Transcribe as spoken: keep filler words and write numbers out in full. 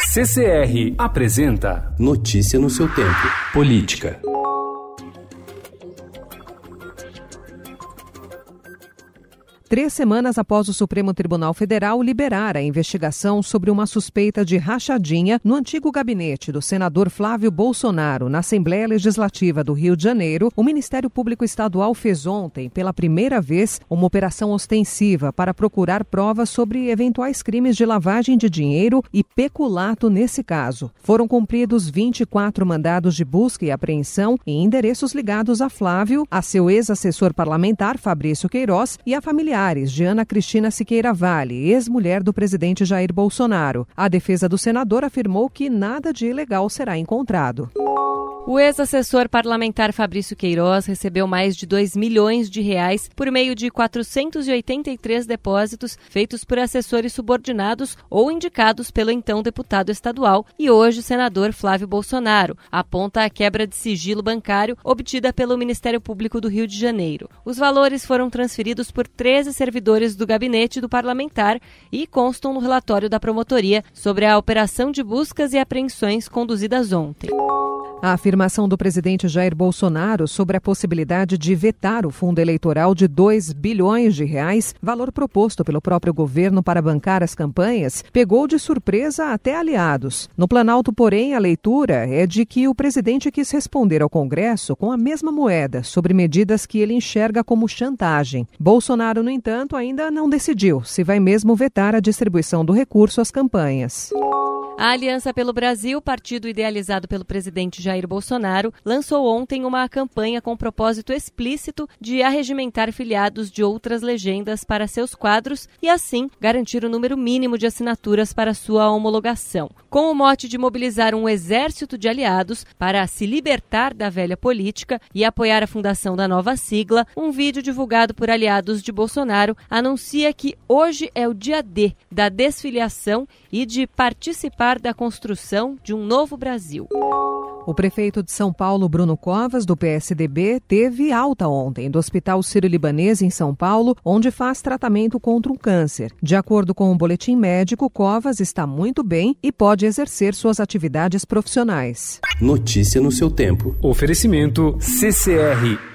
C C R apresenta Notícia no seu tempo. Política. Três semanas após o Supremo Tribunal Federal liberar a investigação sobre uma suspeita de rachadinha no antigo gabinete do senador Flávio Bolsonaro na Assembleia Legislativa do Rio de Janeiro, o Ministério Público Estadual fez ontem, pela primeira vez, uma operação ostensiva para procurar provas sobre eventuais crimes de lavagem de dinheiro e peculato nesse caso. Foram cumpridos vinte e quatro mandados de busca e apreensão em endereços ligados a Flávio, a seu ex-assessor parlamentar Fabrício Queiroz e a familiar de Ana Cristina Siqueira Vale, ex-mulher do presidente Jair Bolsonaro. A defesa do senador afirmou que nada de ilegal será encontrado. O ex-assessor parlamentar Fabrício Queiroz recebeu mais de dois milhões de reais por meio de quatrocentos e oitenta e três depósitos feitos por assessores subordinados ou indicados pelo então deputado estadual e hoje senador Flávio Bolsonaro, aponta a quebra de sigilo bancário obtida pelo Ministério Público do Rio de Janeiro. Os valores foram transferidos por treze servidores do gabinete do parlamentar e constam no relatório da promotoria sobre a operação de buscas e apreensões conduzidas ontem. A afirmação do presidente Jair Bolsonaro sobre a possibilidade de vetar o fundo eleitoral de dois bilhões de reais, valor proposto pelo próprio governo para bancar as campanhas, pegou de surpresa até aliados. No Planalto, porém, a leitura é de que o presidente quis responder ao Congresso com a mesma moeda sobre medidas que ele enxerga como chantagem. Bolsonaro, no entanto, ainda não decidiu se vai mesmo vetar a distribuição do recurso às campanhas. A Aliança pelo Brasil, partido idealizado pelo presidente Jair Bolsonaro, lançou ontem uma campanha com propósito explícito de arregimentar filiados de outras legendas para seus quadros e, assim, garantir o número mínimo de assinaturas para sua homologação. Com o mote de mobilizar um exército de aliados para se libertar da velha política e apoiar a fundação da nova sigla, um vídeo divulgado por aliados de Bolsonaro anuncia que hoje é o dia D da desfiliação e de participar da construção de um novo Brasil. O prefeito de São Paulo, Bruno Covas, do P S D B, teve alta ontem do Hospital Sírio-Libanês em São Paulo, onde faz tratamento contra um câncer. De acordo com o boletim médico, Covas está muito bem e pode exercer suas atividades profissionais. Notícia no seu tempo. Oferecimento C C R